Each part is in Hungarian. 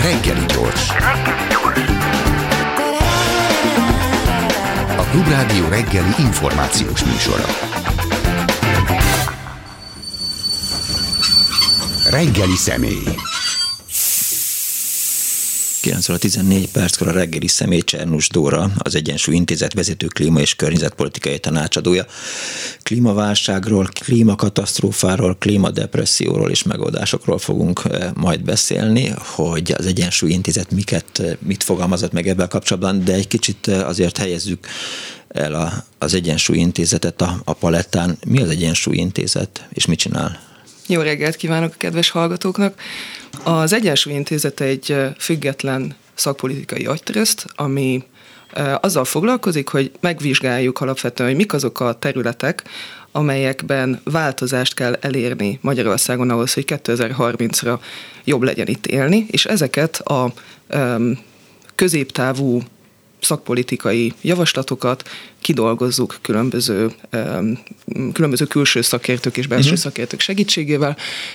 Reggeli gyors. A Klubrádió reggeli információs műsora. Reggeli személy. 9:14 a reggeli személy Csernus Dóra, az Egyensúly Intézet vezető klíma- és környezetpolitikai tanácsadója. Klímaválságról, klímakatasztrófáról, klímadepresszióról és megoldásokról fogunk majd beszélni, hogy az Egyensúly Intézet mit fogalmazott meg ebben kapcsolatban, de egy kicsit azért helyezzük el az Egyensúly Intézetet a palettán. Mi az Egyensúly Intézet, és mit csinál? Jó reggelt kívánok a kedves hallgatóknak! Az Egyensúly Intézet egy független szakpolitikai agytröszt, ami azzal foglalkozik, hogy megvizsgáljuk alapvetően, hogy mik azok a területek, amelyekben változást kell elérni Magyarországon ahhoz, hogy 2030-ra jobb legyen itt élni, és ezeket a középtávú szakpolitikai javaslatokat kidolgozzuk különböző külső szakértők és belső szakértők segítségével.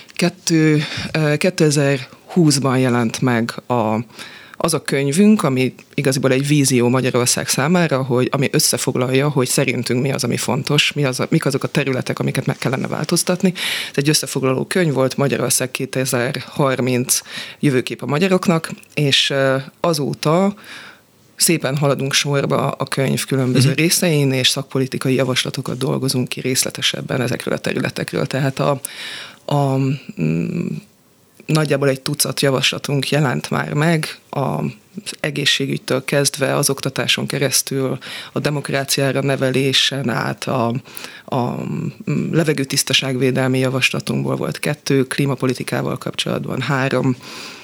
2020-ban jelent meg az a könyvünk, ami igaziból egy vízió Magyarország számára, ami összefoglalja, hogy szerintünk mi az, ami fontos, mik azok a területek, amiket meg kellene változtatni. Ez egy összefoglaló könyv volt, Magyarország 2030 jövőkép a magyaroknak, és azóta szépen haladunk sorba a könyv különböző részein, és szakpolitikai javaslatokat dolgozunk ki részletesebben ezekről a területekről. Tehát nagyjából egy tucat javaslatunk jelent már meg, az egészségügytől kezdve az oktatáson keresztül, a demokráciára nevelésen át, a levegőtisztaságvédelmi javaslatunkból volt 2, klímapolitikával kapcsolatban 3,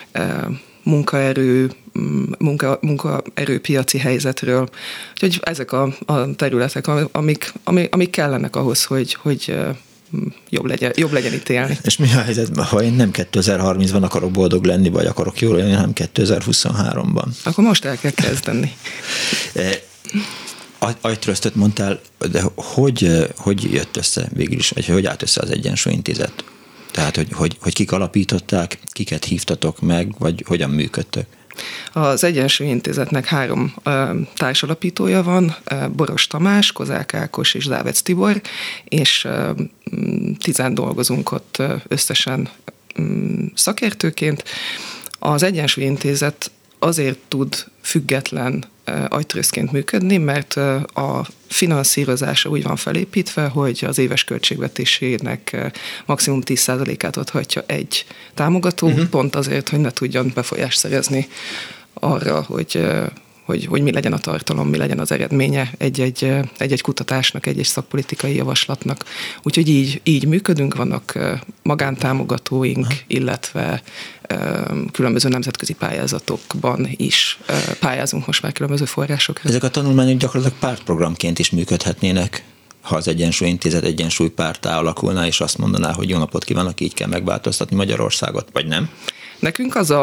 munkaerőpiaci helyzetről. Úgyhogy ezek a területek, amik kellenek ahhoz, hogy jobb legyen itt élni. És mi a helyzet, ha én nem 2030-ban akarok boldog lenni, vagy akarok jól élni, hanem 2023-ban? Akkor most el kell kezdeni. Agytrösztöt mondtál, de hogy jött össze végül is, vagy hogy állt össze az Egyensúly Intézet? Tehát, hogy kik alapították, kiket hívtatok meg, vagy hogyan működtök? Az Egyensúly Intézetnek 3 társalapítója van, Boros Tamás, Kozák Ákos és Dávec Tibor, és 10 dolgozunk ott összesen szakértőként. Az Egyensúly Intézet azért tud független agytrösztként működni, mert a finanszírozása úgy van felépítve, hogy az éves költségvetésének maximum 10%-át adhatja egy támogató, pont azért, hogy ne tudjon befolyást szerezni arra, hogy mi legyen a tartalom, mi legyen az eredménye egy kutatásnak, egy szakpolitikai javaslatnak. Úgyhogy így működünk, vannak magántámogatóink, illetve különböző nemzetközi pályázatokban is pályázunk most már különböző forrásokra. Ezek a tanulmányok gyakorlatilag pártprogramként is működhetnének, ha az Egyensúly Intézet egyensúlypárttá alakulna, és azt mondaná, hogy jó napot kívánok, így kell megváltoztatni Magyarországot, vagy nem? Nekünk az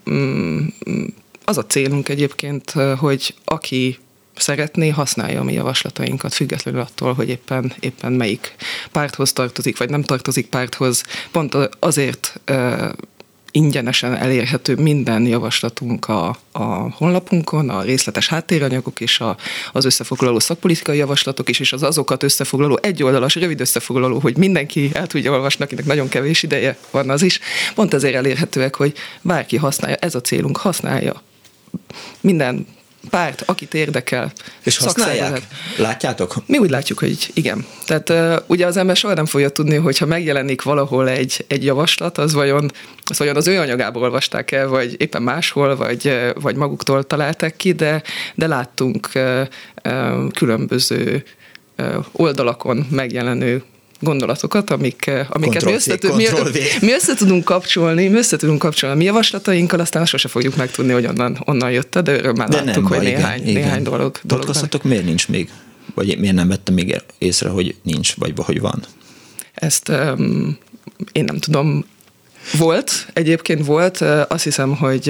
a célunk egyébként, hogy aki szeretné, használja a mi javaslatainkat, függetlenül attól, hogy éppen melyik párthoz tartozik, vagy nem tartozik párthoz. Pont azért ingyenesen elérhető minden javaslatunk a honlapunkon, a részletes háttéranyagok és az összefoglaló szakpolitikai javaslatok is, és az azokat összefoglaló, egyoldalas, rövid összefoglaló, hogy mindenki el tudja olvasni, akinek nagyon kevés ideje van az is. Pont ezért elérhetőek, hogy bárki használja, ez a célunk, használja. Minden párt, akit érdekel. És használják? Látjátok? Mi úgy látjuk, hogy igen. Tehát ugye az ember soha nem fogja tudni, hogyha megjelenik valahol egy javaslat, az vajon az ő anyagából olvasták el, vagy éppen máshol, vagy maguktól találták ki, de láttunk különböző oldalakon megjelenő gondolatokat, amiket mi össze tudunk kapcsolni a mi javaslatainkkal, aztán sose fogjuk megtudni, hogy onnan jött, de örömmel láttuk, hogy néhány dolog. Podcastok miért nincs még? Vagy miért nem vettem még észre, hogy nincs, vagy hogy van? Ezt én nem tudom Egyébként volt, azt hiszem, hogy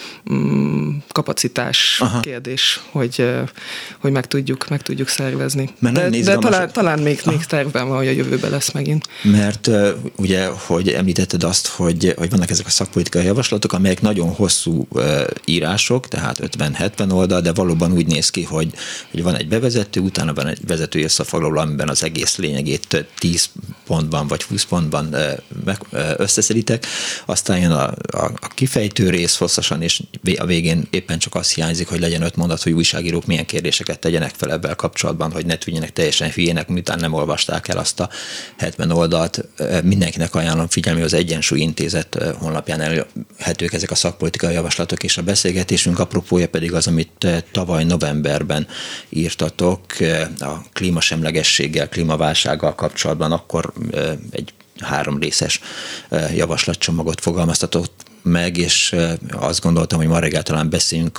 kapacitás kérdés, hogy meg tudjuk szervezni. De talán még tervben van, hogy a jövőben lesz megint. Mert ugye, hogy említetted azt, hogy vannak ezek a szakpolitikai javaslatok, amelyek nagyon hosszú írások, tehát 50-70 oldal, de valóban úgy néz ki, hogy van egy bevezető, utána van egy vezető összefoglaló, amiben az egész lényegét 10 pontban vagy 20 pontban összeszerítek, aztán jön a kifejtő rész hosszasan, és a végén éppen csak az hiányzik, hogy legyen 5 mondat, hogy újságírók milyen kérdéseket tegyenek fel ebben kapcsolatban, hogy ne tűnjenek teljesen hülyének, miután nem olvasták el azt a 70 oldalt. Mindenkinek ajánlom figyelni, az Egyensúly Intézet honlapján elérhetők ezek a szakpolitikai javaslatok, és a beszélgetésünk apropója pedig az, amit tavaly novemberben írtatok a klímasemlegességgel, klímaválsággal kapcsolatban, akkor egy 3 részes javaslatcsomagot fogalmaztatott meg, és azt gondoltam, hogy ma reggel talán beszéljünk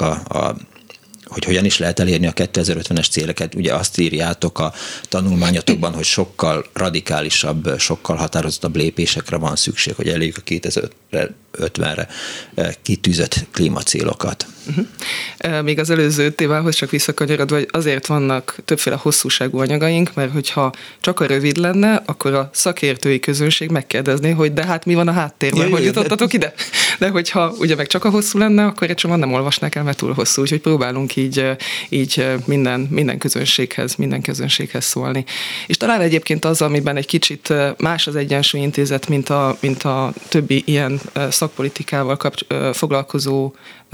hogy hogyan is lehet elérni a 2050-es céleket. Ugye azt írjátok a tanulmányatokban, hogy sokkal radikálisabb, sokkal határozottabb lépésekre van szükség, hogy elérjük a 2050-re kitűzött klímacélokat. Még az előző témához csak visszakanyarodva, hogy azért vannak többféle hosszúságú anyagaink, mert hogyha csak a rövid lenne, akkor a szakértői közönség megkérdezné, hogy de hát mi van a háttérben, hogy jutottatok ide? De hogyha ugye meg csak a hosszú lenne, akkor egy csomóan nem olvasnák el, mert túl hosszú, úgyhogy próbálunk így minden közönséghez szólni. És talán egyébként az, amiben egy kicsit más az Egyensúly Intézet, mint a többi ilyen szakpolitikával foglalkozó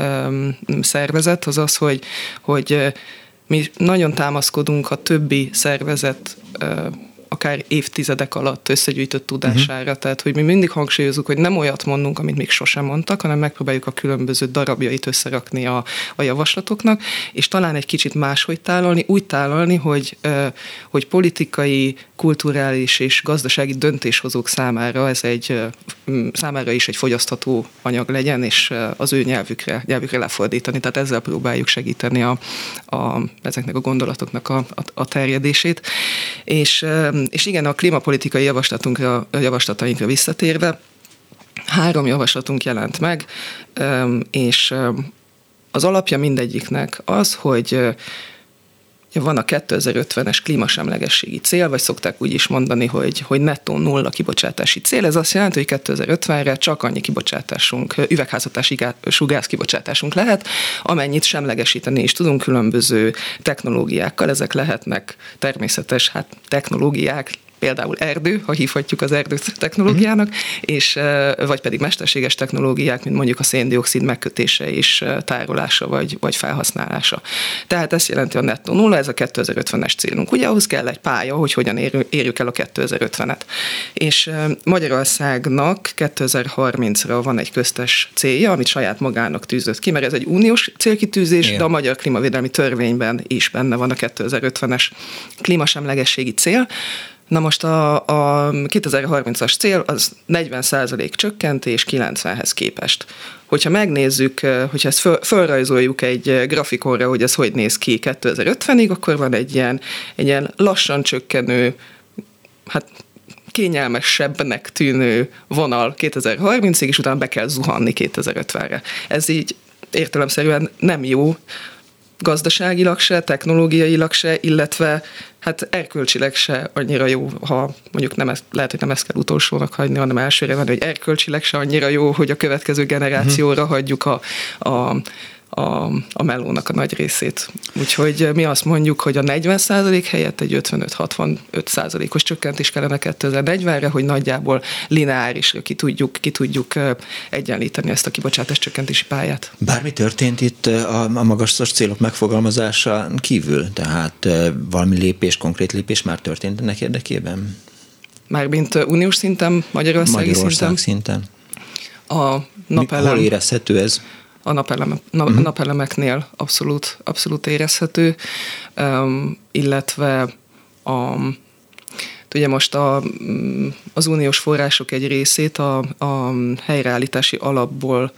szervezet, az, hogy mi nagyon támaszkodunk a többi szervezet akár évtizedek alatt összegyűjtött tudására. Tehát, hogy mi mindig hangsúlyozunk, hogy nem olyat mondunk, amit még sosem mondtak, hanem megpróbáljuk a különböző darabjait összerakni a javaslatoknak, és talán egy kicsit máshogy tálalni, úgy tálalni, hogy politikai, kulturális és gazdasági döntéshozók számára számára is egy fogyasztható anyag legyen, és az ő nyelvükre lefordítani. Tehát ezzel próbáljuk segíteni ezeknek a gondolatoknak a terjedését. És igen, a klímapolitikai javaslatainkra visszatérve, 3 javaslatunk jelent meg, és az alapja mindegyiknek az, hogy van a 2050-es klímasemlegességi cél, vagy szokták úgy is mondani, hogy nettó 0 kibocsátási cél. Ez azt jelenti, hogy 2050-re csak annyi üvegházhatású gáz kibocsátásunk lehet, amennyit semlegesíteni is tudunk különböző technológiákkal. Ezek lehetnek természetes technológiák, például erdő, ha hívhatjuk az erdőt technológiának, és vagy pedig mesterséges technológiák, mint mondjuk a szén-dioxid megkötése és tárolása vagy felhasználása. Tehát ez jelenti a nettó 0, ez a 2050-es célunk. Ugye ahhoz kell egy pálya, hogy hogyan érjük el a 2050-et. És Magyarországnak 2030-ra van egy köztes célja, amit saját magának tűzött ki, mert ez egy uniós célkitűzés, igen. De a Magyar Klímavédelmi Törvényben is benne van a 2050-es klímasemlegességi cél. Na most a 2030-as cél az 40% csökkentés 90-hez képest. Hogyha megnézzük, hogyha ezt fölrajzoljuk egy grafikonra, hogy ez hogy néz ki 2050-ig, akkor van egy ilyen lassan csökkenő, kényelmesebbnek tűnő vonal 2030-ig, és utána be kell zuhanni 2050-re. Ez így értelemszerűen nem jó, gazdaságilag se, technológiailag se, illetve erkölcsileg se annyira jó, ha mondjuk lehet, hogy nem ezt kell utolsónak hagyni, hanem elsőre van, hogy erkölcsileg se annyira jó, hogy a következő generációra hagyjuk a melónak a nagy részét. Úgyhogy mi azt mondjuk, hogy a 40% helyett egy 55-65%-os csökkentés kellene 2040-re, hogy nagyjából lineárisra ki tudjuk egyenlíteni ezt a kibocsátás csökkentési pályát. Bármi történt itt a magasos célok megfogalmazása kívül? Tehát valami konkrét lépés már történt ennek érdekében? Mármint uniós szinten, Magyarország szinten? A napelem. Hol érezhető ez? A napelemeknél abszolút érezhető, illetve ugye most az uniós források egy részét a helyreállítási alapból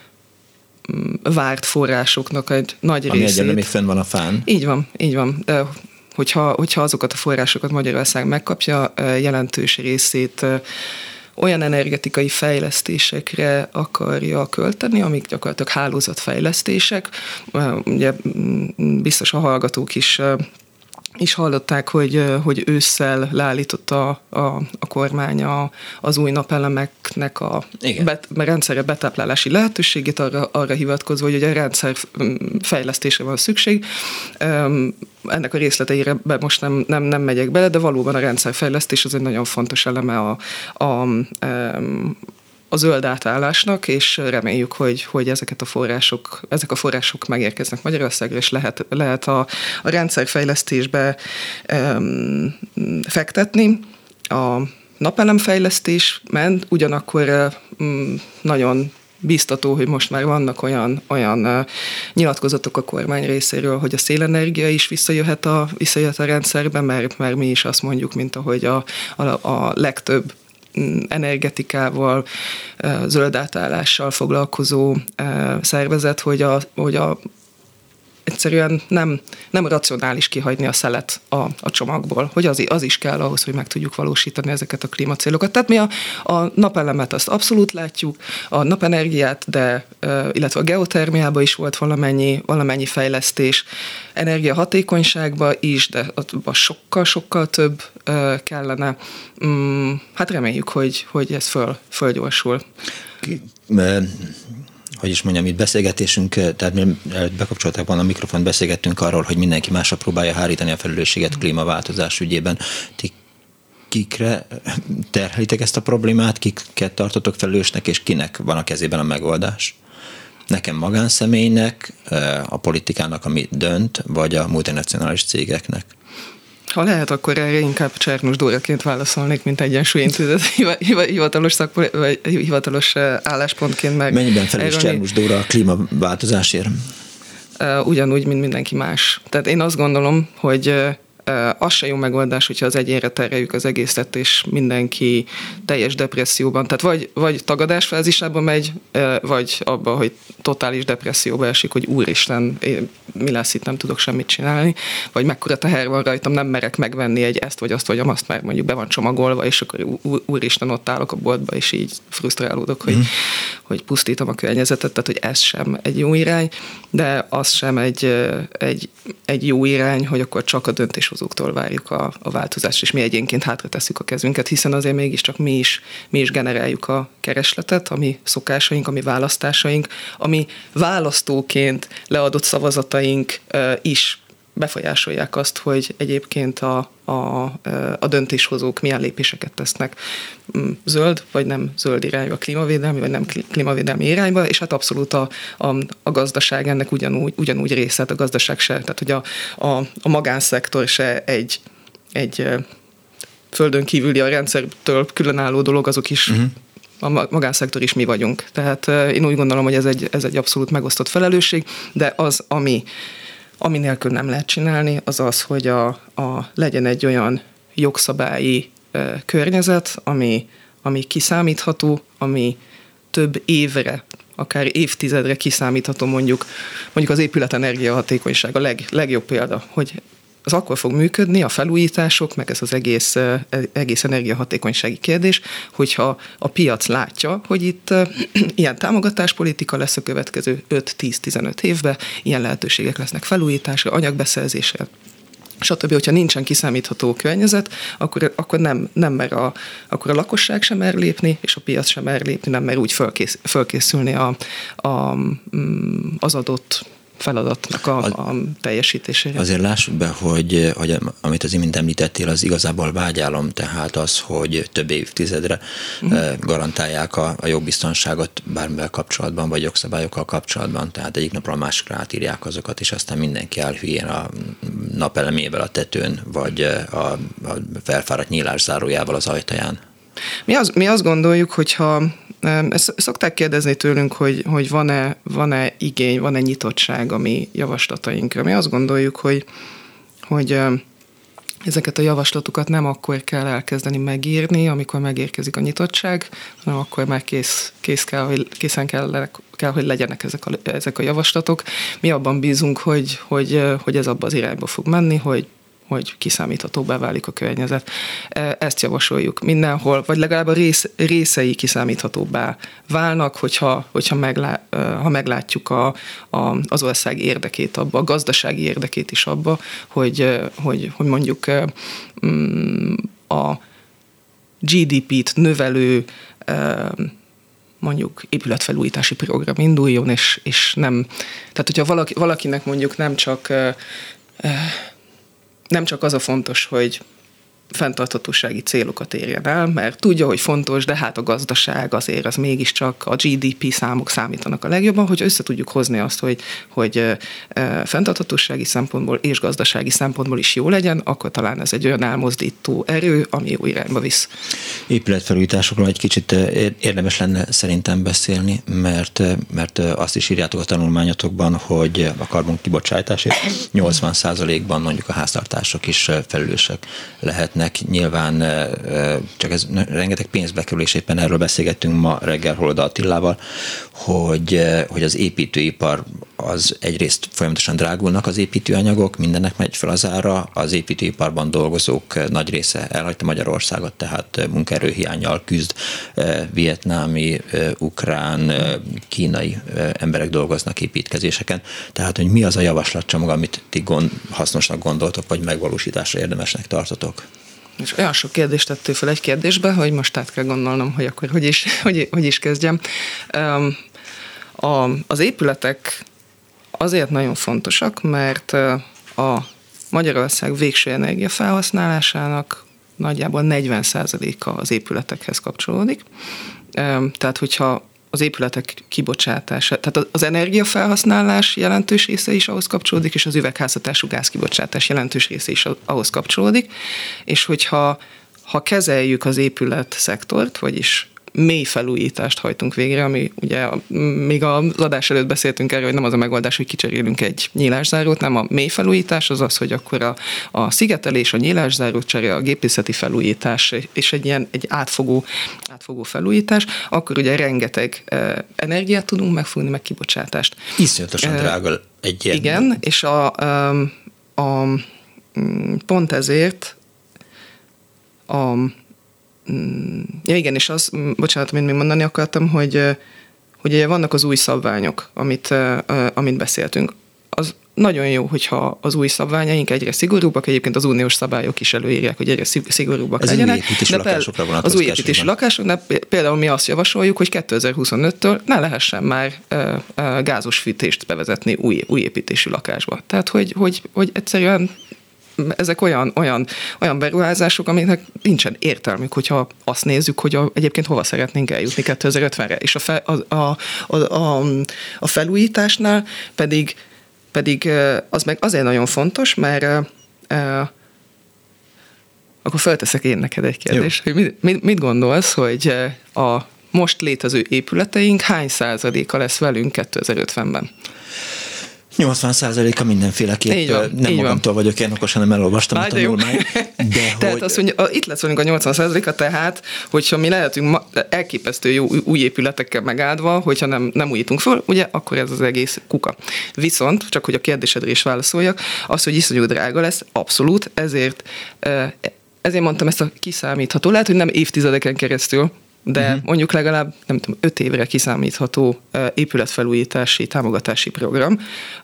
várt forrásoknak egy nagy részét. Ami egyelőre még fenn van a fán. Így van. De hogyha azokat a forrásokat Magyarország megkapja, jelentős részét olyan energetikai fejlesztésekre akarja költeni, amik gyakorlatilag hálózatfejlesztések. Ugye biztos a hallgatók is hallották, hogy ősszel leállította a kormány az új napelemeknek a rendszerre betáplálási lehetőségét, arra hivatkozva, hogy ugye a rendszer fejlesztésre van szükség. Ennek a részleteire most nem megyek bele, de valóban a rendszerfejlesztés az egy nagyon fontos eleme a zöld átállásnak, és reméljük, hogy ezek a források megérkeznek Magyarországra, és lehet a rendszerfejlesztésbe fektetni. A napelemfejlesztés ment, ugyanakkor nagyon biztató, hogy most már vannak olyan nyilatkozatok a kormány részéről, hogy a szélenergia is visszajöhet a rendszerbe, mert mi is azt mondjuk, mint ahogy a legtöbb energetikával, zöld átállással foglalkozó szervezet, hogy egyszerűen nem racionális kihagyni a szelet a csomagból, hogy az is kell ahhoz, hogy meg tudjuk valósítani ezeket a klímacélokat. Tehát mi a napelemet azt abszolút látjuk, a napenergiát, illetve a geotermiában is volt valamennyi fejlesztés, energiahatékonyságban is, de abban sokkal több kellene. Hát reméljük, hogy ez fölgyorsul. Hogy is mondjam, itt beszélgetésünk, tehát mi bekapcsolták volna a mikrofont, beszélgettünk arról, hogy mindenki másra próbálja hárítani a felelősséget klímaváltozás ügyében. Ti kikre terhelitek ezt a problémát, kiket tartotok felelősnek, és kinek van a kezében a megoldás? Nekem magánszemélynek, a politikának, ami dönt, vagy a multinacionális cégeknek? Ha lehet, akkor erre inkább Csernus Dóraként válaszolnék, mint Egyensúlyintézet hivatalos álláspontként. Mennyiben felelős Csernus Dóra a klímaváltozásért? Ugyanúgy, mint mindenki más. Tehát én azt gondolom, hogy az se jó megoldás, hogyha az egyénre terheljük az egészet, és mindenki teljes depresszióban, tehát vagy tagadás fázisában megy, vagy abba, hogy totális depresszióba esik, hogy úristen, mi lesz itt, nem tudok semmit csinálni, vagy mekkora teher van rajtam, nem merek megvenni egy ezt, vagy azt, vagy azt, mert mondjuk be van csomagolva, és akkor úristen, ott állok a boltba, és így frusztrálódok, hogy pusztítom a környezetet, tehát hogy ez sem egy jó irány, de az sem egy jó irány, hogy akkor csak a döntéshozóktól várjuk a változást, és mi egyénként hátra tesszük a kezünket, hiszen azért mégiscsak mi is generáljuk a keresletet, a mi szokásaink, a mi választásaink, ami választóként leadott szavazataink is befolyásolják azt, hogy egyébként a döntéshozók milyen lépéseket tesznek zöld vagy nem zöld irányba, klímavédelmi vagy nem klímavédelmi irányba, és hát abszolút a gazdaság ennek ugyanúgy része, a gazdaság se, tehát hogy a magánszektor se egy földön kívüli a rendszertől különálló dolog, azok is a magánszektor is mi vagyunk. Tehát én úgy gondolom, hogy ez egy abszolút megosztott felelősség, de az, ami nélkül nem lehet csinálni, az, hogy legyen egy olyan jogszabályi környezet, ami kiszámítható, ami több évre, akár évtizedre kiszámítható, mondjuk az épület energiahatékonyság a legjobb példa, hogy az akkor fog működni, a felújítások, meg ez az egész energiahatékonysági kérdés, hogyha a piac látja, hogy itt ilyen támogatáspolitika lesz a következő 5-10-15 évben, ilyen lehetőségek lesznek felújításra, anyagbeszerzésre, stb. Hogyha nincsen kiszámítható környezet, akkor nem mer akkor a lakosság sem mer lépni, és a piac sem mer lépni, nem mer úgy fölkészülni az adott feladatnak a teljesítésére. Azért lássuk be, hogy amit az imént említettél, az igazából vágyálom, tehát az, hogy több évtizedre garantálják a jogbiztonságot bármivel kapcsolatban, vagy jogszabályokkal kapcsolatban, tehát egyik napról a másikra átírják azokat, és aztán mindenki áll hülyén a napelemével a tetőn, vagy a felfáradt nyílászárójával az ajtaján. Mi azt gondoljuk, hogyha ezt szokták kérdezni tőlünk, hogy van-e igény, van-e nyitottság a mi javaslatainkra. Mi azt gondoljuk, hogy ezeket a javaslatokat nem akkor kell elkezdeni megírni, amikor megérkezik a nyitottság, hanem akkor már készen kell, hogy legyenek ezek a javaslatok. Mi abban bízunk, hogy ez abba az irányba fog menni, hogy hogy kiszámíthatóbbá válik a környezet. Ezt javasoljuk mindenhol, vagy legalább a részei kiszámíthatóbbá válnak, ha meglátjuk az ország érdekét abba, a gazdasági érdekét is abba, hogy mondjuk a GDP-t növelő mondjuk épületfelújítási program induljon, és nem, tehát hogyha valakinek mondjuk nem csak az a fontos, hogy fenntarthatósági célokat érjen el, mert tudja, hogy fontos, de hát a gazdaság azért az mégiscsak a GDP számok számítanak a legjobban, hogy össze tudjuk hozni azt, hogy fenntarthatósági szempontból és gazdasági szempontból is jó legyen, akkor talán ez egy olyan elmozdító erő, ami jó irányba visz. Épületfelújításokról egy kicsit érdemes lenne szerintem beszélni, mert azt is írjátok a tanulmányotokban, hogy a karbonkibocsátásért 80%-ban mondjuk a háztartások is felelősek lehetnek. Nyilván csak ez rengeteg pénzbe kerül, és éppen erről beszélgettünk ma reggel Holoda Attilával, hogy az építőipar az egyrészt folyamatosan drágulnak az építőanyagok, mindennek megy fel az ára, az építőiparban dolgozók nagy része elhagyta Magyarországot, tehát munkaerőhiánnyal küzd, vietnámi, ukrán, kínai emberek dolgoznak építkezéseken. Tehát, hogy mi az a javaslatcsomag, amit ti hasznosnak gondoltok, vagy megvalósításra érdemesnek tartotok? És olyan sok kérdést tettél fel egy kérdésbe, hogy most át kell gondolnom, hogy akkor hogy is kezdjem. Az épületek azért nagyon fontosak, mert a Magyarország végső energiafelhasználásának nagyjából 40%-a az épületekhez kapcsolódik. Tehát, hogyha az épületek kibocsátása, tehát az energiafelhasználás jelentős része is ahhoz kapcsolódik, és az üvegházhatású gázkibocsátás jelentős része is ahhoz kapcsolódik, és hogyha kezeljük az épület szektort, vagyis mély felújítást hajtunk végre, ami ugye még az adás előtt beszéltünk erről, hogy nem az a megoldás, hogy kicserélünk egy nyílászárót, nem a mély felújítás az, hogy akkor a szigetelés, a nyílászárót csere, a gépészeti felújítás és egy átfogó felújítás, akkor ugye rengeteg energiát tudunk megfogni, meg kibocsátást. Iszonyatosan drága egy ilyen. Igen, és pont ezért ja igen, és bocsánat, amit még mondani akartam, hogy ugye vannak az új szabványok, amit beszéltünk. Az nagyon jó, hogyha az új szabványaink egyre szigorúbbak, egyébként az uniós szabályok is előírják, hogy egyre szigorúbbak legyenek. Ez új építési lakásokra vonatkozik. Az új építési lakásoknál például mi azt javasoljuk, hogy 2025-től ne lehessen már gázos fűtést bevezetni új építésű lakásba. Tehát, hogy egyszerűen ezek olyan beruházások, amiknek nincsen értelmük, hogyha azt nézzük, hogy egyébként hova szeretnénk eljutni 2050-re. És a felújításnál pedig az meg azért nagyon fontos, mert akkor felteszek én neked egy kérdést, hogy mit gondolsz, hogy a most létező épületeink hány százaléka lesz velünk 2050-ben? 80%-a mindenféleképp, nem magamtól vagyok ilyen okos, hanem elolvastam a tanulmányt. Tehát azt mondja, itt lesz velünk a 80%-a, tehát, hogyha mi lehetünk elképesztő jó új épületekkel megáldva, hogyha nem újítunk föl, ugye, akkor ez az egész kuka. Viszont, csak hogy a kérdésedre is válaszoljak, az, hogy iszonyú drága lesz, abszolút, ezért mondtam ezt a kiszámítható, lehet, hogy nem évtizedeken keresztül, de mondjuk legalább, nem tudom, 5 évre kiszámítható épületfelújítási támogatási program,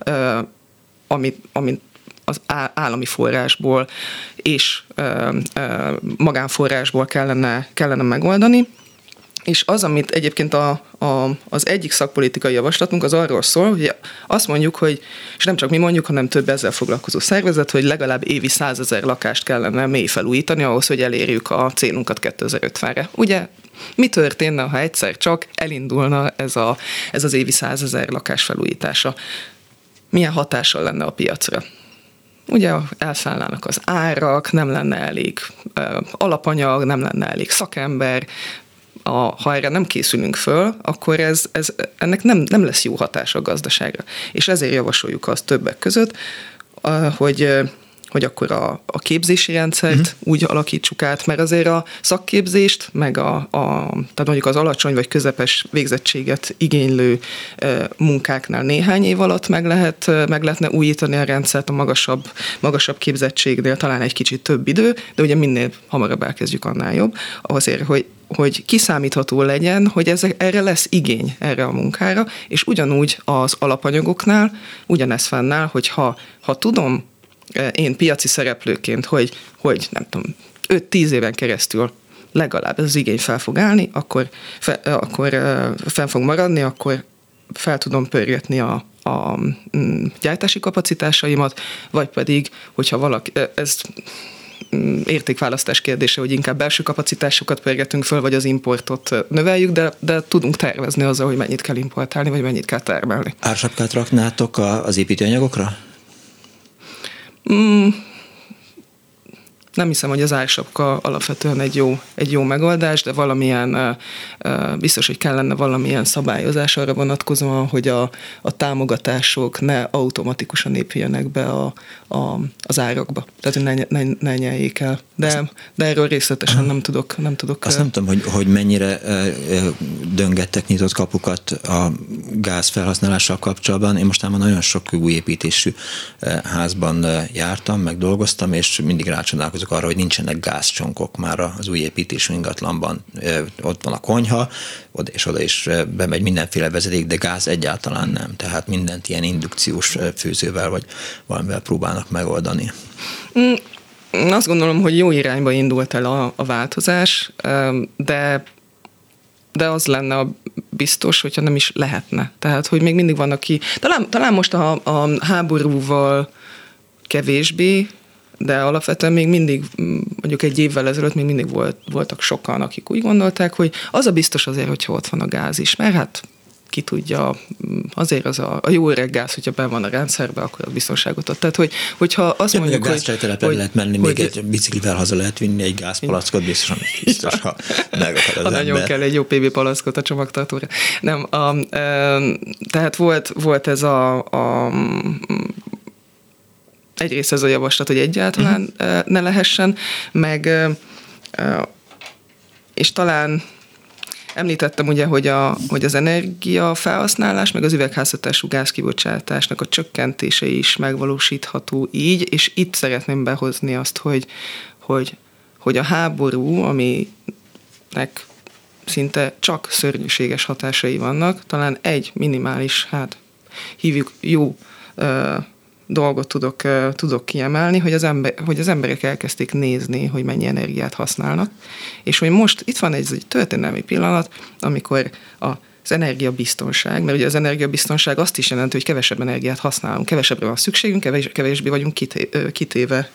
amit az állami forrásból és magánforrásból kellene megoldani. És az, amit egyébként az egyik szakpolitikai javaslatunk, az arról szól, hogy azt mondjuk, hogy, és nem csak mi mondjuk, hanem több ezzel foglalkozó szervezet, hogy legalább évi 100 000 lakást kellene mély felújítani ahhoz, hogy elérjük a célunkat 2050-re. Ugye mi történne, ha egyszer csak elindulna ez az évi 100 000 lakás felújítása? Milyen hatással lenne a piacra? Ugye elszállnának az árak, nem lenne elég alapanyag, nem lenne elég szakember. Ha erre nem készülünk föl, akkor ennek nem lesz jó hatása a gazdaságra. És ezért javasoljuk azt többek között, hogy hogy akkor a képzési rendszert úgy alakítsuk át, mert azért a szakképzést, meg tehát mondjuk az alacsony vagy közepes végzettséget igénylő munkáknál néhány év alatt meg lehetne újítani a rendszert, a magasabb képzettségnél talán egy kicsit több idő, de ugye minél hamarabb elkezdjük, annál jobb. Azért, hogy kiszámítható legyen, hogy erre lesz igény erre a munkára, és ugyanúgy az alapanyagoknál ugyanez fennáll, hogy ha tudom én piaci szereplőként, hogy nem tudom, 5-10 éven keresztül legalább ez az igény fel fog állni, akkor fel fog maradni, akkor fel tudom pörgetni a gyártási kapacitásaimat, vagy pedig, hogyha valaki, ez értékválasztás kérdése, hogy inkább belső kapacitásokat pörgetünk föl, vagy az importot növeljük, de tudunk tervezni azzal, hogy mennyit kell importálni, vagy mennyit kell termelni. Ársapkát raknátok az építőanyagokra? Nem hiszem, hogy az ársapka alapvetően egy jó megoldás, de valamilyen, biztos, hogy kellene valamilyen szabályozás arra vonatkozóan, hogy a támogatások ne automatikusan épüljenek be az árakba. Tehát, hogy ne nyeljék el. De erről részletesen nem tudok. Azt nem tudom, hogy mennyire döngettek nyitott kapukat a gáz felhasználással kapcsolatban. Én mostában nagyon sok új építésű házban jártam, meg dolgoztam, és mindig rácsodálkozok arra, hogy nincsenek gázcsonkok már az új építésű ingatlanban. Ott van a konyha, oda is bemegy mindenféle vezeték, de gáz egyáltalán nem. Tehát mindent ilyen indukciós főzővel vagy valamivel próbálnak megoldani. Azt gondolom, hogy jó irányba indult el a változás, de az lenne a biztos, hogyha nem is lehetne. Tehát, hogy még mindig van, aki... Talán most a háborúval kevésbé, de alapvetően még mindig, mondjuk egy évvel ezelőtt még mindig voltak sokan, akik úgy gondolták, hogy az a biztos azért, hogyha ott van a gáz is, mert hát ki tudja, azért az a jó öreg gáz, hogyha benn van a rendszerben, akkor a biztonságot ad. Tehát, hogyha azt mondjuk, hogy... Gázcsejtelepre lehet menni, még egy biciklivel haza lehet vinni egy gázpalackot, biztos, ha megakad az ember. Nagyon kell egy jó PB palackot a csomagtartóra. Nem, tehát volt ez egyrészt ez a javaslat, hogy egyáltalán ne lehessen, meg és talán említettem ugye, hogy az energiafelhasználás, meg az üvegházhatású gázkibocsátásnak a csökkentése is megvalósítható így, és itt szeretném behozni azt, hogy a háború, aminek szinte csak szörnyűséges hatásai vannak, talán egy minimális, hívjuk jó dolgot tudok kiemelni, hogy az emberek elkezdték nézni, hogy mennyi energiát használnak, és hogy most itt van egy történelmi pillanat, amikor az energiabiztonság, mert ugye az energiabiztonság azt is jelenti, hogy kevesebb energiát használunk, kevesebbre van szükségünk, kevésbé vagyunk kitéve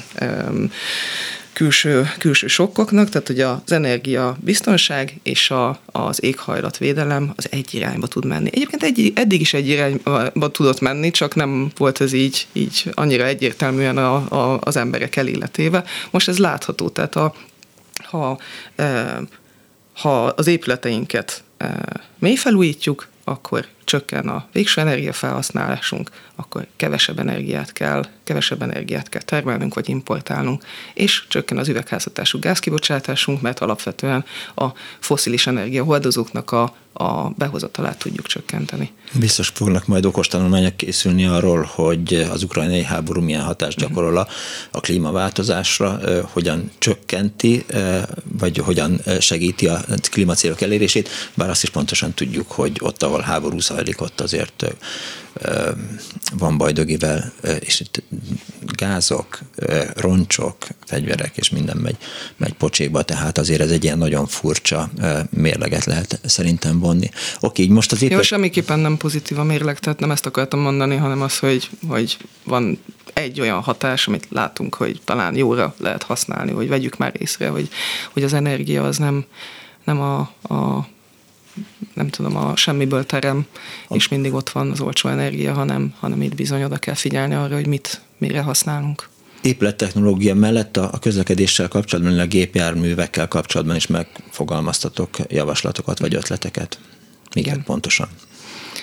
külső sokkoknak, tehát hogy az energiabiztonság és az éghajlatvédelem az egy irányba tud menni. Egyébként eddig is egy irányba tudott menni, csak nem volt ez így annyira egyértelműen az emberek eléletéve. Most ez látható, tehát ha az épületeinket mély felújítjuk, akkor csökken a végső energiafelhasználásunk, akkor kevesebb energiát kell termelnünk vagy importálnunk, és csökken az üvegházhatású gázkibocsátásunk, mert alapvetően a fosszilis energiahordozóknak a behozatalát tudjuk csökkenteni. Biztos fognak majd okos tanulmányok készülni arról, hogy az ukrajnai háború milyen hatást gyakorol a klímaváltozásra, hogyan csökkenti, vagy hogyan segíti a klímacélok elérését, bár azt is pontosan tudjuk, hogy ott, ahol háború zajlik, ott azért van bajdögivel, és itt gázok, roncsok, fegyverek, és minden megy pocsékba, tehát azért ez egy ilyen nagyon furcsa mérleget lehet szerintem vonni. Oké, így most az Jó, semmiképpen nem pozitív a mérleg, tehát nem ezt akartam mondani, hanem az, hogy van egy olyan hatás, amit látunk, hogy talán jóra lehet használni, hogy vegyük már észre, hogy az energia az nem a semmiből terem, és mindig ott van az olcsó energia, hanem itt bizony oda kell figyelni arra, hogy mire használunk. Épülettechnológia mellett a közlekedéssel kapcsolatban, a gépjárművekkel kapcsolatban is megfogalmaztatok javaslatokat vagy ötleteket? Igen, pontosan.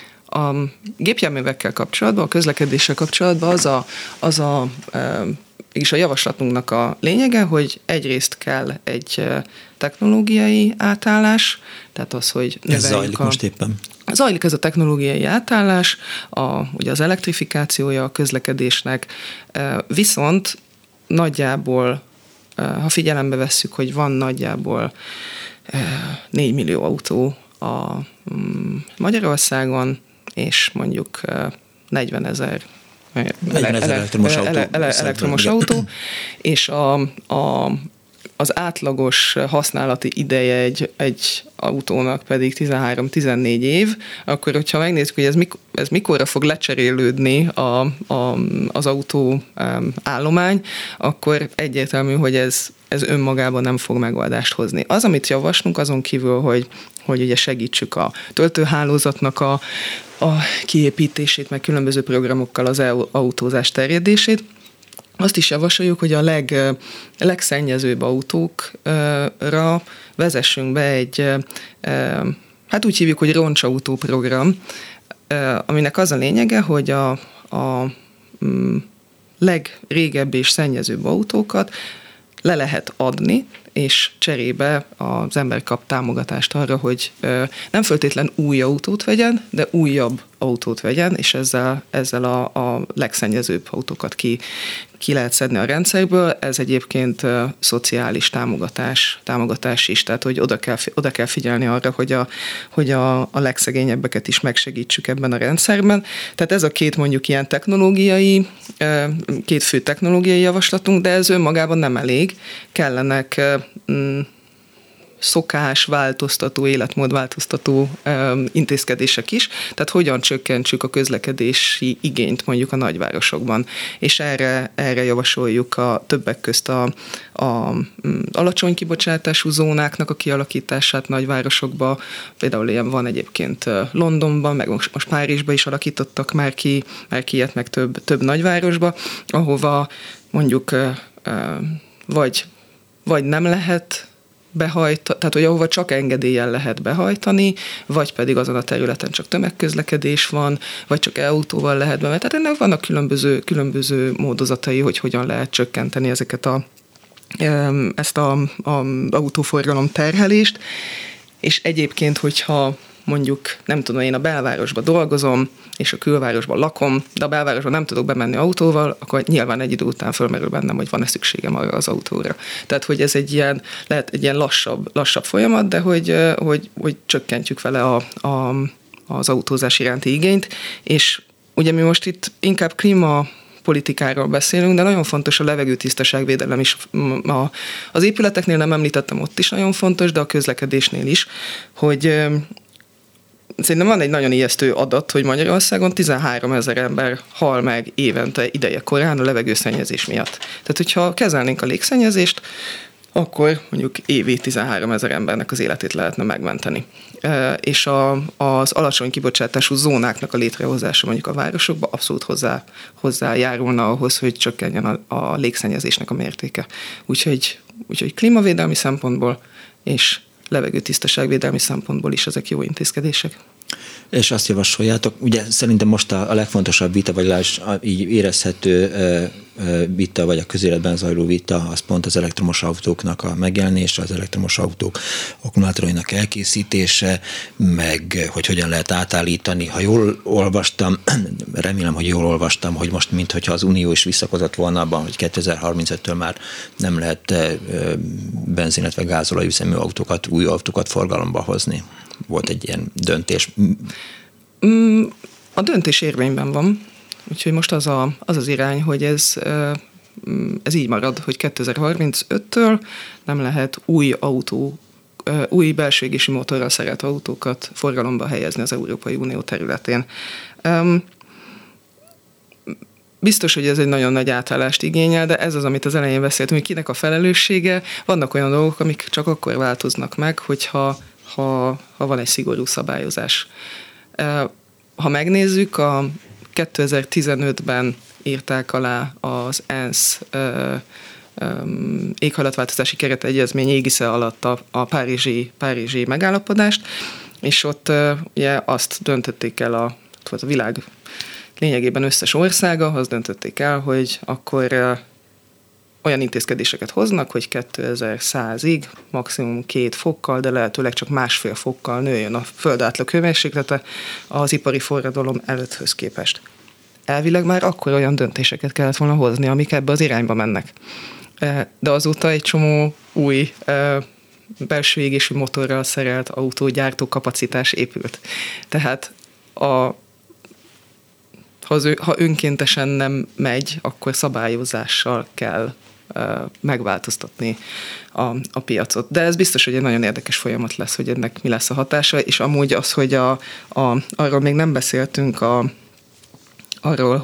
A gépjárművekkel kapcsolatban, a közlekedéssel kapcsolatban az a mégis a javaslatunknak a lényege, hogy egyrészt kell egy technológiai átállás, tehát az, hogy ez zajlik most éppen. Zajlik ez a technológiai átállás, ugye az elektrifikációja a közlekedésnek, viszont nagyjából, ha figyelembe vesszük, hogy van nagyjából 4 millió autó a Magyarországon, és mondjuk 40 000 elektromos autó, és az átlagos használati ideje egy autónak pedig 13-14 év, akkor hogyha megnézzük, hogy ez mikorra fog lecserélődni az autó állomány, akkor egyértelmű, hogy ez önmagában nem fog megoldást hozni. Az, amit javaslunk, azon kívül, hogy ugye segítsük a töltőhálózatnak a kiépítését, meg különböző programokkal az autózás terjedését, azt is javasoljuk, hogy a legszennyezőbb autókra vezessünk be egy, hát úgy hívjuk, hogy roncsautó program, aminek az a lényege, hogy a legrégebbi és szennyezőbb autókat le lehet adni, és cserébe az ember kap támogatást arra, hogy nem feltétlen új autót vegyen, de újabb autót vegyen, és ezzel a legszennyezőbb autókat ki lehet szedni a rendszerből. Ez egyébként szociális támogatás is, tehát hogy oda kell figyelni arra, hogy a legszegényebbeket is megsegítsük ebben a rendszerben. Tehát ez a két mondjuk ilyen két fő technológiai javaslatunk, de ez önmagában nem elég. Kellenek szokásváltoztató, életmódváltoztató intézkedések is, tehát hogyan csökkentsük a közlekedési igényt mondjuk a nagyvárosokban. És erre javasoljuk többek közt a alacsony kibocsátású zónáknak a kialakítását nagyvárosokba. Például ilyen van egyébként Londonban, meg most Párizsban is alakítottak már ki ilyet, meg több nagyvárosba, ahova mondjuk vagy nem lehet tehát hogy ahova csak engedéllyel lehet behajtani, vagy pedig azon a területen csak tömegközlekedés van, vagy csak autóval lehet bemenni. Tehát ennek vannak különböző módozatai, hogy hogyan lehet csökkenteni ezt az autóforgalom terhelést, és egyébként, hogyha mondjuk, nem tudom, én a belvárosban dolgozom, és a külvárosban lakom, de a belvárosban nem tudok bemenni autóval, akkor nyilván egy idő után fölmerül bennem, hogy van-e szükségem arra az autóra. Tehát, hogy ez lehet egy ilyen lassabb folyamat, de hogy csökkentjük vele az autózás iránti igényt, és ugye mi most itt inkább klímapolitikáról beszélünk, de nagyon fontos a levegőtisztaságvédelem is. Az épületeknél nem említettem, ott is nagyon fontos, de a közlekedésnél is, hogy szerintem van egy nagyon ijesztő adat, hogy Magyarországon 13 000 ember hal meg évente ideje korán a levegőszennyezés miatt. Tehát, hogyha kezelnénk a légszennyezést, akkor mondjuk évi 13 000 embernek az életét lehetne megmenteni. És az alacsony kibocsátású zónáknak a létrehozása mondjuk a városokban abszolút hozzájárulna ahhoz, hogy csökkenjen a légszennyezésnek a mértéke. Úgyhogy klímavédelmi szempontból és levegőtisztaságvédelmi szempontból is ezek jó intézkedések. És azt javasoljátok, ugye szerintem most a legfontosabb vita, vagy így érezhető vita, vagy a közéletben zajló vita, az pont az elektromos autóknak a megjelenése, az elektromos autók akkumulátorainak elkészítése, meg hogy hogyan lehet átállítani. Ha jól olvastam, remélem, hogy jól olvastam, hogy most minthogyha az Unió is visszakozott volna abban, hogy 2035-től már nem lehet benzin, illetve gázolajüzemű új autókat forgalomba hozni. Volt egy ilyen döntés. A döntés érvényben van, úgyhogy most az irány, hogy ez így marad, hogy 2035-től nem lehet új belső égési motorral szerelt autókat forgalomba helyezni az Európai Unió területén. Biztos, hogy ez egy nagyon nagy átállást igényel, de ez az, amit az elején beszéltünk, hogy kinek a felelőssége. Vannak olyan dolgok, amik csak akkor változnak meg, hogyha van egy szigorú szabályozás. Ha megnézzük, a 2015-ben írták alá az ENSZ éghajlatváltozási keretegyezmény égisze alatt a párizsi megállapodást, és ott ugye azt döntötték el a világ lényegében összes országa, azt döntötték el, hogy akkor olyan intézkedéseket hoznak, hogy 2100-ig maximum 2 fokkal, de lehetőleg csak 1,5 fokkal nőjön a föld átlag hőmérséklete az ipari forradalom előtthöz képest. Elvileg már akkor olyan döntéseket kellett volna hozni, amik ebbe az irányba mennek. De azóta egy csomó új belső égésű motorral szerelt autógyártó kapacitás épült. Tehát ha önkéntesen nem megy, akkor szabályozással kell megváltoztatni a piacot. De ez biztos, hogy egy nagyon érdekes folyamat lesz, hogy ennek mi lesz a hatása, és amúgy az, hogy arról még nem beszéltünk arról,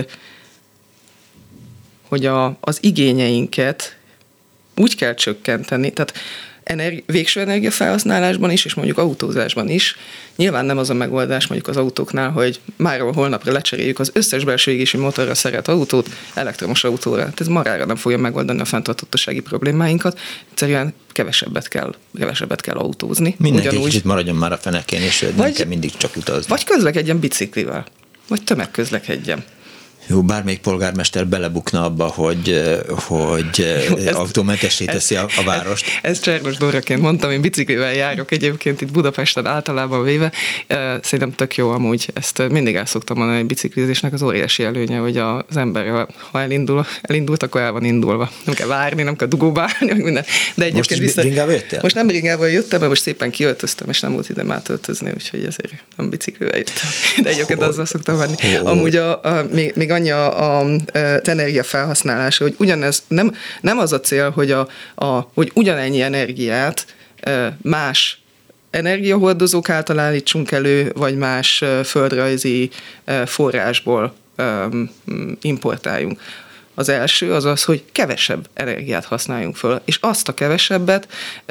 hogy az igényeinket úgy kell csökkenteni, tehát végső energiafelhasználásban is, és mondjuk autózásban is. Nyilván nem az a megoldás mondjuk az autóknál, hogy máról holnapra lecseréljük az összes belső égésű motorra szerelt autót elektromos autóra. Tehát ez marára nem fogja megoldani a fenntarthatósági problémáinkat. Egyszerűen kevesebbet kell autózni. Mindenki kicsit maradjon már a fenekén, és nem kell mindig csak utazni. Vagy közlekedjen biciklivel, vagy tömegközlekedjen. Jó, bármelyik polgármester belebukna abba, hogy autómentessé teszi a várost. Ez Csernos Dóraként mondtam, én biciklivel járok egyébként itt Budapesten általában véve. Szerintem tök jó amúgy, ezt mindig el szoktam mondani, hogy biciklizésnek az óriási előnye, hogy az ember, ha elindult, akkor el van indulva. Nem kell várni, nem kell dugóbálni, minden. De egyébként most bringával jöttél? Most nem bringával jöttem, mert most szépen kiöltöztem, és nem volt időm átöltözni, úgyhogy ezért nem biciklivel jöttem. De egyébként azzal szoktam venni. Amúgy még annyi az energia felhasználása, hogy ugyanez nem az a cél, hogy ugyanennyi energiát más energiahordozók által állítsunk elő, vagy más földrajzi forrásból importáljunk. Az első az, hogy kevesebb energiát használjunk föl, és azt a kevesebbet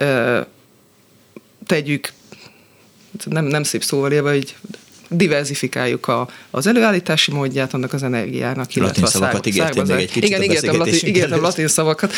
tegyük, nem szép szóval élve, hogy diverzifikáljuk az előállítási módját annak az energiának. Latin szavakat ígértél még egy kicsit. Igen, ígértem latin szavakat,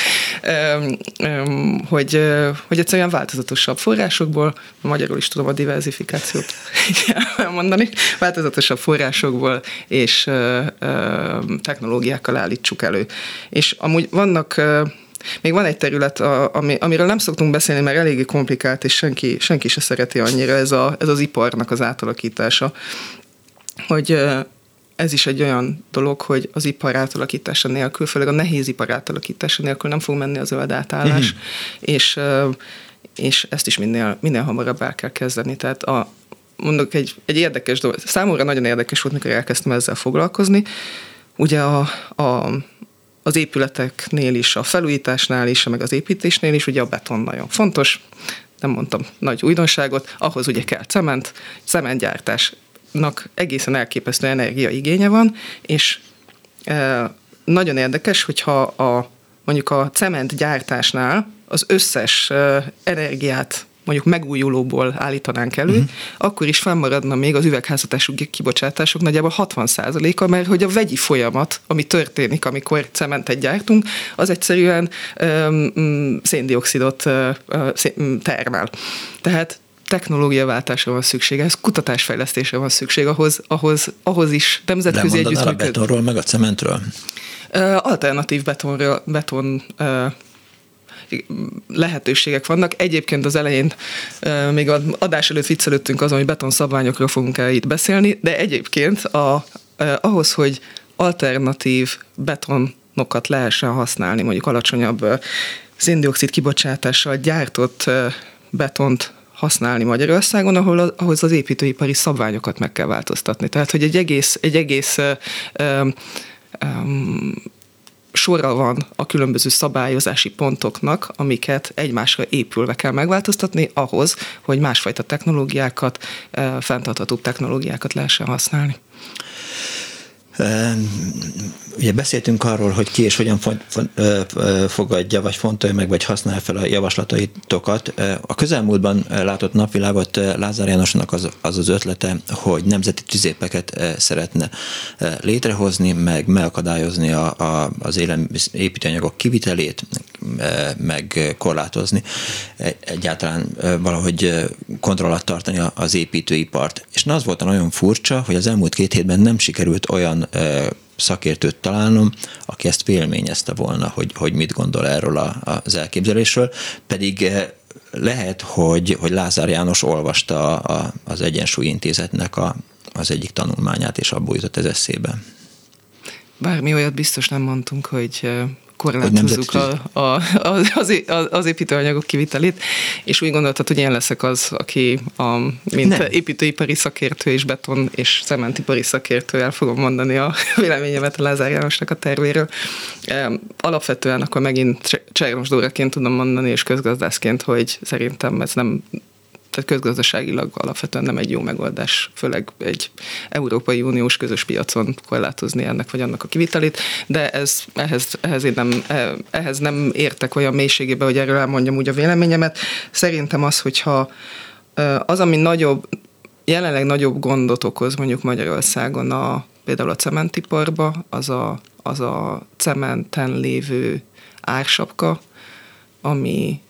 hogy egyszerűen változatosabb forrásokból, magyarul is tudom a diverzifikációt mondani, változatosabb forrásokból és technológiákkal állítsuk elő. És amúgy még van egy terület, amiről nem szoktunk beszélni, mert eléggé komplikált, és senki se szereti annyira, ez az iparnak az átalakítása. Hogy ez is egy olyan dolog, hogy az ipar átalakítása nélkül, főleg a nehéz ipar átalakítása nélkül nem fog menni a zöld átállás, és ezt is minél hamarabb el kell kezdeni. Tehát mondok egy érdekes dolog. Számomra nagyon érdekes volt, mikor elkezdtem ezzel foglalkozni. Ugye az épületeknél is, a felújításnál is, meg az építésnél is, ugye a beton nagyon fontos, nem mondtam nagy újdonságot, ahhoz ugye kell cementgyártásnak egészen elképesztő energiaigénye van, és nagyon érdekes, hogyha mondjuk a cementgyártásnál az összes energiát mondjuk megújulóból állítanánk elő, akkor is fennmaradna még az üvegházhatású kibocsátások nagyjából 60%-a, mert hogy a vegyi folyamat, ami történik, amikor cementet gyártunk, az egyszerűen széndioxidot termel. Tehát technológiaváltásra van szükség, ez kutatásfejlesztésre van szükség, ahhoz is nemzetközi együttműködés. Lemondanál a betonról, meg a cementről? Alternatív beton lehetőségek vannak. Egyébként az elején még az adás előtt viccelődtünk azon, hogy betonszabványokról fogunk el itt beszélni, de egyébként ahhoz, hogy alternatív betonokat lehessen használni, mondjuk alacsonyabb széndioxid kibocsátással gyártott betont használni Magyarországon, ahhoz az építőipari szabványokat meg kell változtatni. Tehát, hogy egy egész sorra van a különböző szabályozási pontoknak, amiket egymásra épülve kell megváltoztatni ahhoz, hogy másfajta technológiákat, fenntarthatóbb technológiákat lehessen használni. Ugye beszéltünk arról, hogy ki és hogyan fogadja, vagy fontolja meg, vagy használja fel a javaslataitokat. A közelmúltban látott napvilágot Lázár Jánosnak az ötlete, hogy nemzeti tüzéreket szeretne létrehozni, meg megakadályozni az építőanyagok kivitelét, meg korlátozni, egyáltalán valahogy kontroll alatt tartani az építőipart. És az volt nagyon furcsa, hogy az elmúlt 2 hétben nem sikerült olyan szakértőt találnom, aki ezt véleményezte volna, hogy mit gondol erről az elképzelésről, pedig lehet, hogy Lázár János olvasta az Egyensúly Intézetnek az egyik tanulmányát, és abból jutott ez eszébe. Bármi olyat biztos nem mondtunk, hogy korlátozzuk az építőanyagok kivitelét, és úgy gondoltad, hogy én leszek az, aki mint építőipari szakértő és beton és cementipari szakértő el fogom mondani a véleményemet a Lázár Jánosnak a tervéről. Alapvetően akkor megint Csernos Dóraként tudom mondani, és közgazdászként, hogy szerintem ez nem, tehát közgazdaságilag alapvetően nem egy jó megoldás, főleg egy Európai Uniós közös piacon korlátozni ennek vagy annak a kivitelét, de ehhez nem értek olyan mélységébe, hogy erről elmondjam úgy a véleményemet. Szerintem az, hogyha az, ami jelenleg nagyobb gondot okoz mondjuk Magyarországon például a cementiparba, az a cementen lévő ársapka, ami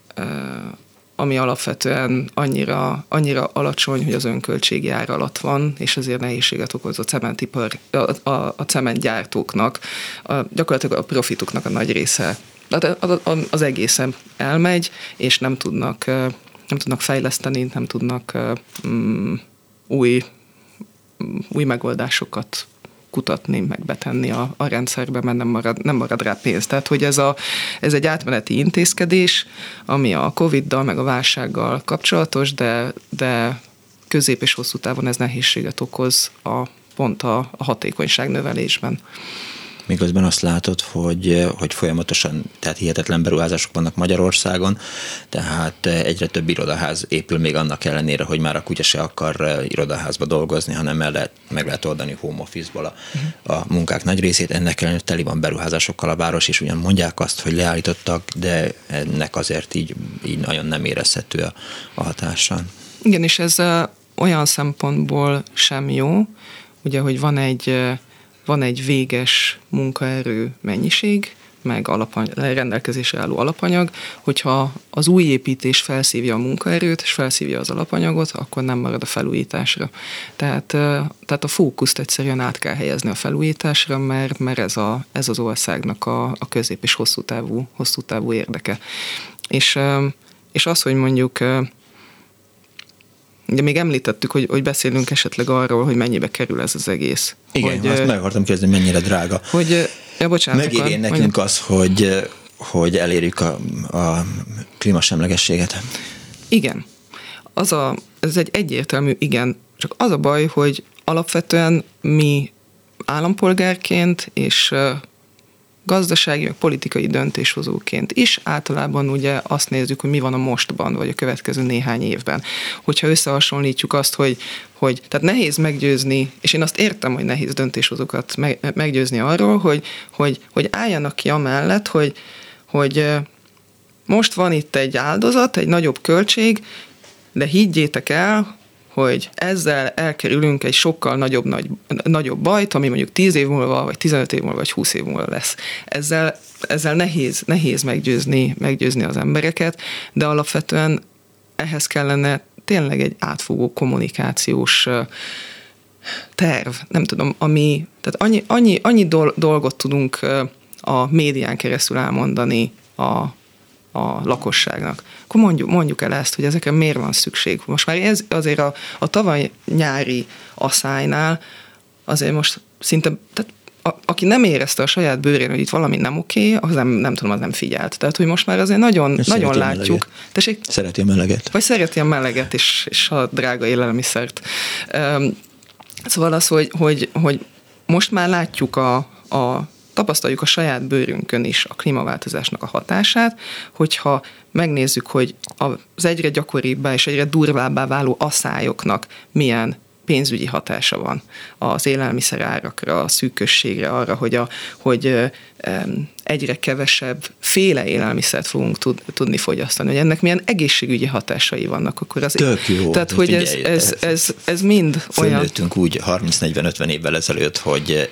alapvetően annyira alacsony, hogy az önköltségi ár alatt van, és ezért nehézséget okoz a cementgyártóknak, gyakorlatilag a profituknak a nagy része, az egészen elmegy, és nem tudnak fejleszteni, nem tudnak új megoldásokat kutatni, meg betenni a rendszerbe, mert nem marad rá pénz. Tehát, hogy ez egy átmeneti intézkedés, ami a Covid-dal, meg a válsággal kapcsolatos, de közép és hosszú távon ez nehézséget okoz pont a hatékonyság növelésben. Miközben azt látod, hogy folyamatosan, tehát hihetetlen beruházások vannak Magyarországon, tehát egyre több irodaház épül még annak ellenére, hogy már a kutya se akar irodaházba dolgozni, hanem meg lehet oldani home office-ból a munkák nagy részét. Ennek ellenére teli van beruházásokkal a város, és ugyan mondják azt, hogy leállítottak, de ennek azért így nagyon nem érezhető a hatása. Igen, és ez olyan szempontból sem jó, ugye, hogy van egy véges munkaerő mennyiség, meg rendelkezésre álló alapanyag, hogyha az új építés felszívja a munkaerőt, és felszívja az alapanyagot, akkor nem marad a felújításra. Tehát a fókuszt egyszerűen át kell helyezni a felújításra, mert ez az országnak a közép- és hosszú távú érdeke. És az, hogy mondjuk ugye még említettük, hogy beszélünk esetleg arról, hogy mennyibe kerül ez az egész. Igen, azt meg akartam kérdezni, mennyire drága. Megéri nekünk az, hogy elérjük a klímasemlegességet? Igen. Ez egy egyértelmű igen. Csak az a baj, hogy alapvetően mi állampolgárként és gazdasági, meg politikai döntéshozóként is általában ugye azt nézzük, hogy mi van a mostban, vagy a következő néhány évben. Hogyha összehasonlítjuk azt, hogy tehát nehéz meggyőzni, és én azt értem, hogy nehéz döntéshozókat meggyőzni arról, hogy álljanak ki amellett, hogy most van itt egy áldozat, egy nagyobb költség, de higgyétek el, hogy ezzel elkerülünk egy sokkal nagyobb bajt, ami mondjuk 10 év múlva, vagy 15 év múlva, vagy 20 év múlva lesz. Ezzel nehéz meggyőzni az embereket, de alapvetően ehhez kellene tényleg egy átfogó kommunikációs terv. Nem tudom, tehát annyi dolgot tudunk a médián keresztül elmondani a lakosságnak. Akkor mondjuk el ezt, hogy ezekre miért van szükség. Most már ez azért a tavaly nyári asszálynál azért most szinte, tehát aki nem érezte a saját bőrén, hogy itt valami nem oké, az nem tudom, az nem figyelt. Tehát, hogy most már azért nagyon látjuk. Szereti a meleget. Vagy szereti a meleget és a drága élelmiszert. Szóval az, hogy most már látjuk tapasztaljuk a saját bőrünkön is a klímaváltozásnak a hatását, hogyha megnézzük, hogy az egyre gyakoribbá és egyre durvábbá váló asszályoknak milyen pénzügyi hatása van az élelmiszerárakra, a szűkösségre, arra, hogy egyre kevesebb féle élelmiszert fogunk tudni fogyasztani, hogy ennek milyen egészségügyi hatásai vannak, akkor az... Tök jó. Tehát, hogy ez mind olyan... Fölnőttünk úgy 30-40-50 évvel ezelőtt, hogy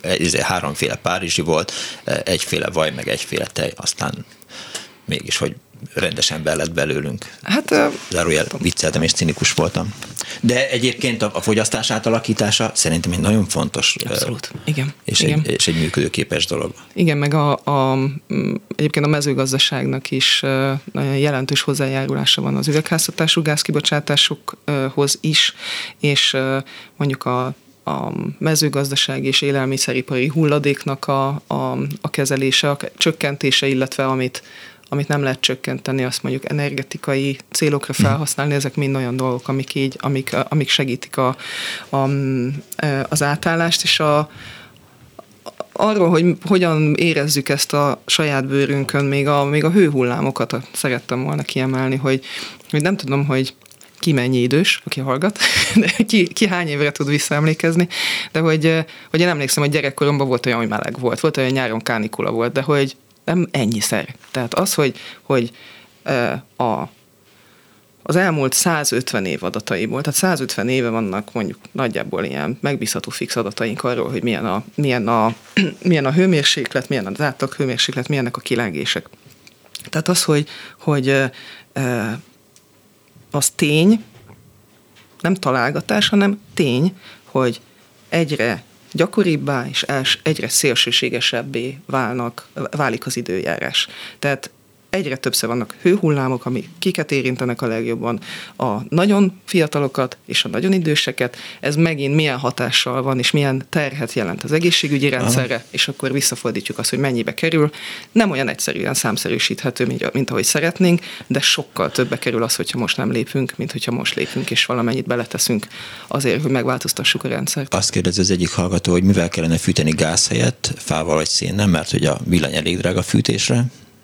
3 párizsi volt, egyféle vaj, meg egyféle tej, aztán mégis, hogy rendesen be lett belőlünk. Hát zárójel vicceltem és cinikus voltam. De egyébként a fogyasztás átalakítása szerintem egy nagyon fontos. Abszolút. Igen. És egy működőképes dolog. Igen, meg egyébként a mezőgazdaságnak is nagyon jelentős hozzájárulása van az üvegházhatású gázkibocsátásokhoz is, és mondjuk a mezőgazdaság és élelmiszeripari hulladéknak a kezelése, a csökkentése, illetve amit nem lehet csökkenteni, azt mondjuk energetikai célokra felhasználni, ezek mind olyan dolgok, amik segítik az átállást, és arról, hogy hogyan érezzük ezt a saját bőrünkön, még a hőhullámokat szerettem volna kiemelni, hogy nem tudom, hogy ki mennyi idős, aki hallgat, de ki hány évre tud visszaemlékezni, de hogy én emlékszem, hogy gyerekkoromban volt olyan, hogy meleg volt olyan nyáron kánikula volt, de hogy nem ennyiszer. Tehát az, hogy az elmúlt 150 év adataiból, tehát 150 éve vannak mondjuk nagyjából ilyen megbízható fix adataink arról, hogy milyen a hőmérséklet, milyen az átlag hőmérséklet, milyenek a kilengések. Tehát az, hogy az tény, nem találgatás, hanem tény, hogy egyre gyakoribbá és egyre szélsőségesebbé válik az időjárás. Tehát egyre többször vannak hőhullámok, ami kiket érintenek a legjobban, a nagyon fiatalokat és a nagyon időseket. Ez megint milyen hatással van, és milyen terhet jelent az egészségügyi rendszerre, és akkor visszafordítjuk azt, hogy mennyibe kerül. Nem olyan egyszerűen számszerűsíthető, mint ahogy szeretnénk, de sokkal többe kerül az, hogyha most nem lépünk, mint hogyha most lépünk, és valamennyit beleteszünk azért, hogy megváltoztassuk a rendszert. Azt kérdezi az egyik hallgató, hogy mivel kellene fűteni gáz helyett, fával vagy szénnel, mert hogy a villany elég drága fűtésre.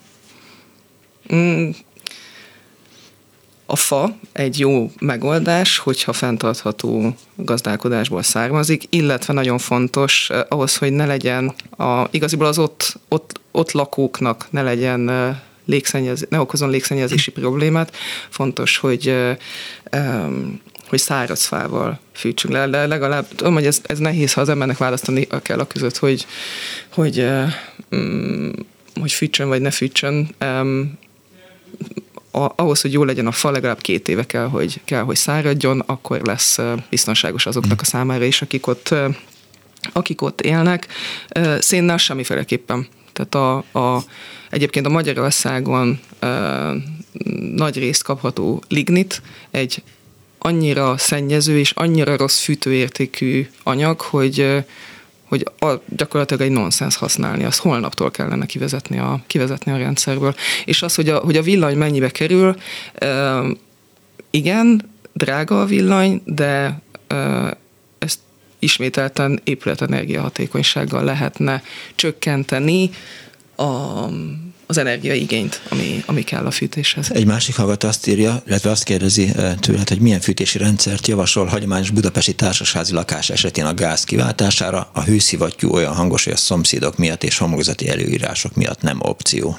A fa egy jó megoldás, hogyha fenntartható gazdálkodásból származik, illetve nagyon fontos ahhoz, hogy ne legyen igaziból az ott lakóknak ne legyen ne okozon légszennyezési problémát. Fontos, hogy száraz fával fűtsünk le, de legalább tudom, hogy ez nehéz, ha az embernek választani kell a között, hogy fűtsön vagy ne fűtsön. Ahhoz, hogy jó legyen a fa, legalább 2 éve kell, hogy száradjon, akkor lesz biztonságos azoknak a számára is, akik ott élnek. Szénnel semmiféleképpen. Tehát egyébként a Magyarországon nagy részt kapható lignit egy annyira szennyező és annyira rossz fűtőértékű anyag, hogy gyakorlatilag egy nonsens használni, azt holnaptól kellene kivezetni a rendszerből. És az, hogy a villany mennyibe kerül, igen, drága a villany, de ezt ismételten épületenergia hatékonysággal lehetne csökkenteni az energiaigényt, ami kell a fűtéshez. Egy másik hallgató azt írja, illetve azt kérdezi tőled, hogy milyen fűtési rendszert javasol hagyományos budapesti társasházi lakás esetén a gáz kiváltására, a hőszivattyú olyan hangos, hogy a szomszédok miatt és homlokzati előírások miatt nem opció.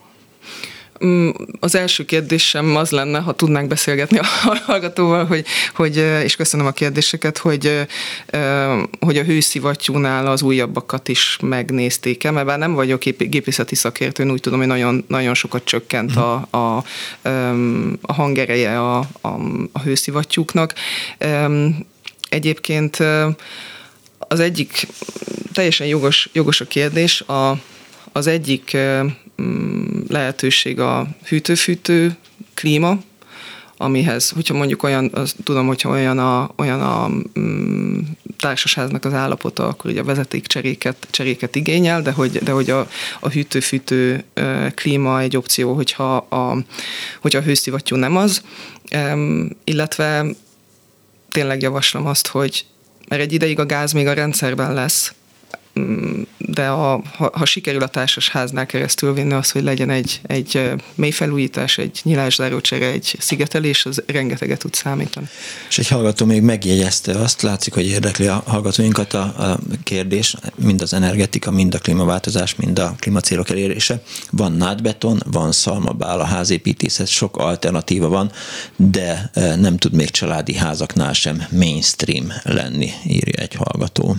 Az első kérdésem az lenne, ha tudnánk beszélgetni a hallgatóval, és köszönöm a kérdéseket, hogy a hőszivattyúnál az újabbakat is megnézték-e, mert bár nem vagyok gépészeti szakértő, úgy tudom, hogy nagyon, nagyon sokat csökkent a hangereje a hőszivattyúknak. Egyébként az egyik teljesen jogos a kérdés, az egyik lehetőség a hűtő-fűtő klíma, amihez, hogyha mondjuk tudom, hogyha olyan a társasháznak az állapota, akkor ugye a vezetékcseréket igényel, de hogy a hűtő-fűtő klíma egy opció, hogyha a hőszivattyú nem az, illetve tényleg javaslom azt, hogy mert egy ideig a gáz még a rendszerben lesz, de ha sikerül a társasháznál keresztül vinni az, hogy legyen egy mély felújítás, egy nyilászárócsere, egy szigetelés, az rengeteget tud számítani. És egy hallgató még megjegyezte azt, látszik, hogy érdekli a hallgatóinkat a kérdés, mind az energetika, mind a klímaváltozás, mind a klímacélok elérése. Van nádbeton, van szalmabál, a házépítészet, sok alternatíva van, de nem tud még családi házaknál sem mainstream lenni, írja egy hallgató.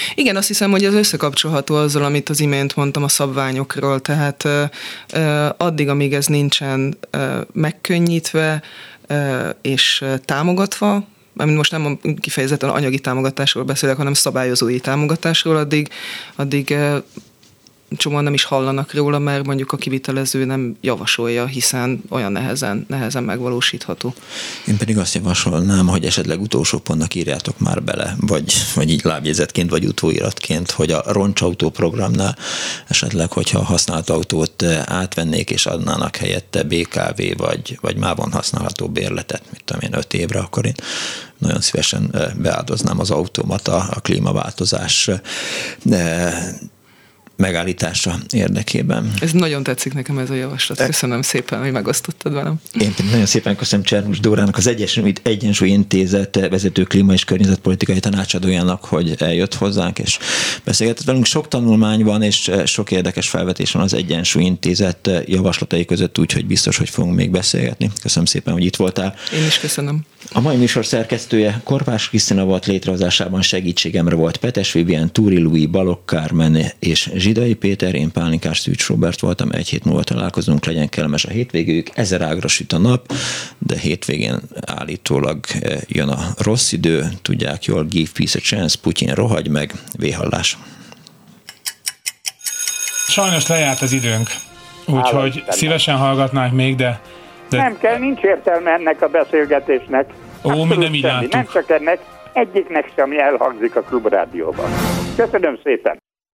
Igen, azt hiszem, hogy ez összekapcsolható azzal, amit az imént mondtam a szabványokról, tehát addig, amíg ez nincsen megkönnyítve és támogatva, most nem kifejezetten anyagi támogatásról beszélek, hanem szabályozói támogatásról, addig csomóan nem is hallanak róla, mert mondjuk a kivitelező nem javasolja, hiszen olyan nehezen megvalósítható. Én pedig azt javasolnám, hogy esetleg utolsó pontnak írjátok már bele, vagy így lábjegyzetként, vagy utóiratként, hogy a roncsautó programnál esetleg, hogyha a használt autót átvennék és adnának helyette BKV vagy mávon használható bérletet, mit tudom én, 5 évre, akkor én nagyon szívesen beáldoznám az autómat a klímaváltozás megállítása érdekében. Ez nagyon tetszik nekem ez a javaslat. Köszönöm szépen, hogy megosztottad velem. Én pedig nagyon szépen köszönöm Csernus Dórának, az Egyensúly Intézet vezető klíma- és környezetpolitikai tanácsadójának, hogy eljött hozzánk, és beszélgetett velünk. Sok tanulmány van, és sok érdekes felvetés van az Egyensúly Intézet javaslatai között, úgyhogy biztos, hogy fogunk még beszélgetni. Köszönöm szépen, hogy itt voltál. Én is köszönöm. A mai műsor szerkesztője Korpás Krisztina volt, létrehozásában segítségemre volt Petes Vivien, Túri Louis, Balogh Kármen és Zsidai Péter, én Pálinkás Szűcs Róbert voltam, 1 hét múlva találkozunk, legyen kellemes a hétvégéjük, 1000 ágra süt a nap, de hétvégén állítólag jön a rossz idő, tudják jól, give peace a chance, Putyin rohagy meg, véhallás. Sajnos lejárt az időnk, úgyhogy szívesen hallgatnánk még, de... Nem kell, nincs értelme ennek a beszélgetésnek. Mi nem így láttuk. Nem csak ennek, egyiknek sem elhangzik a Klubrádióban. Köszönöm szépen!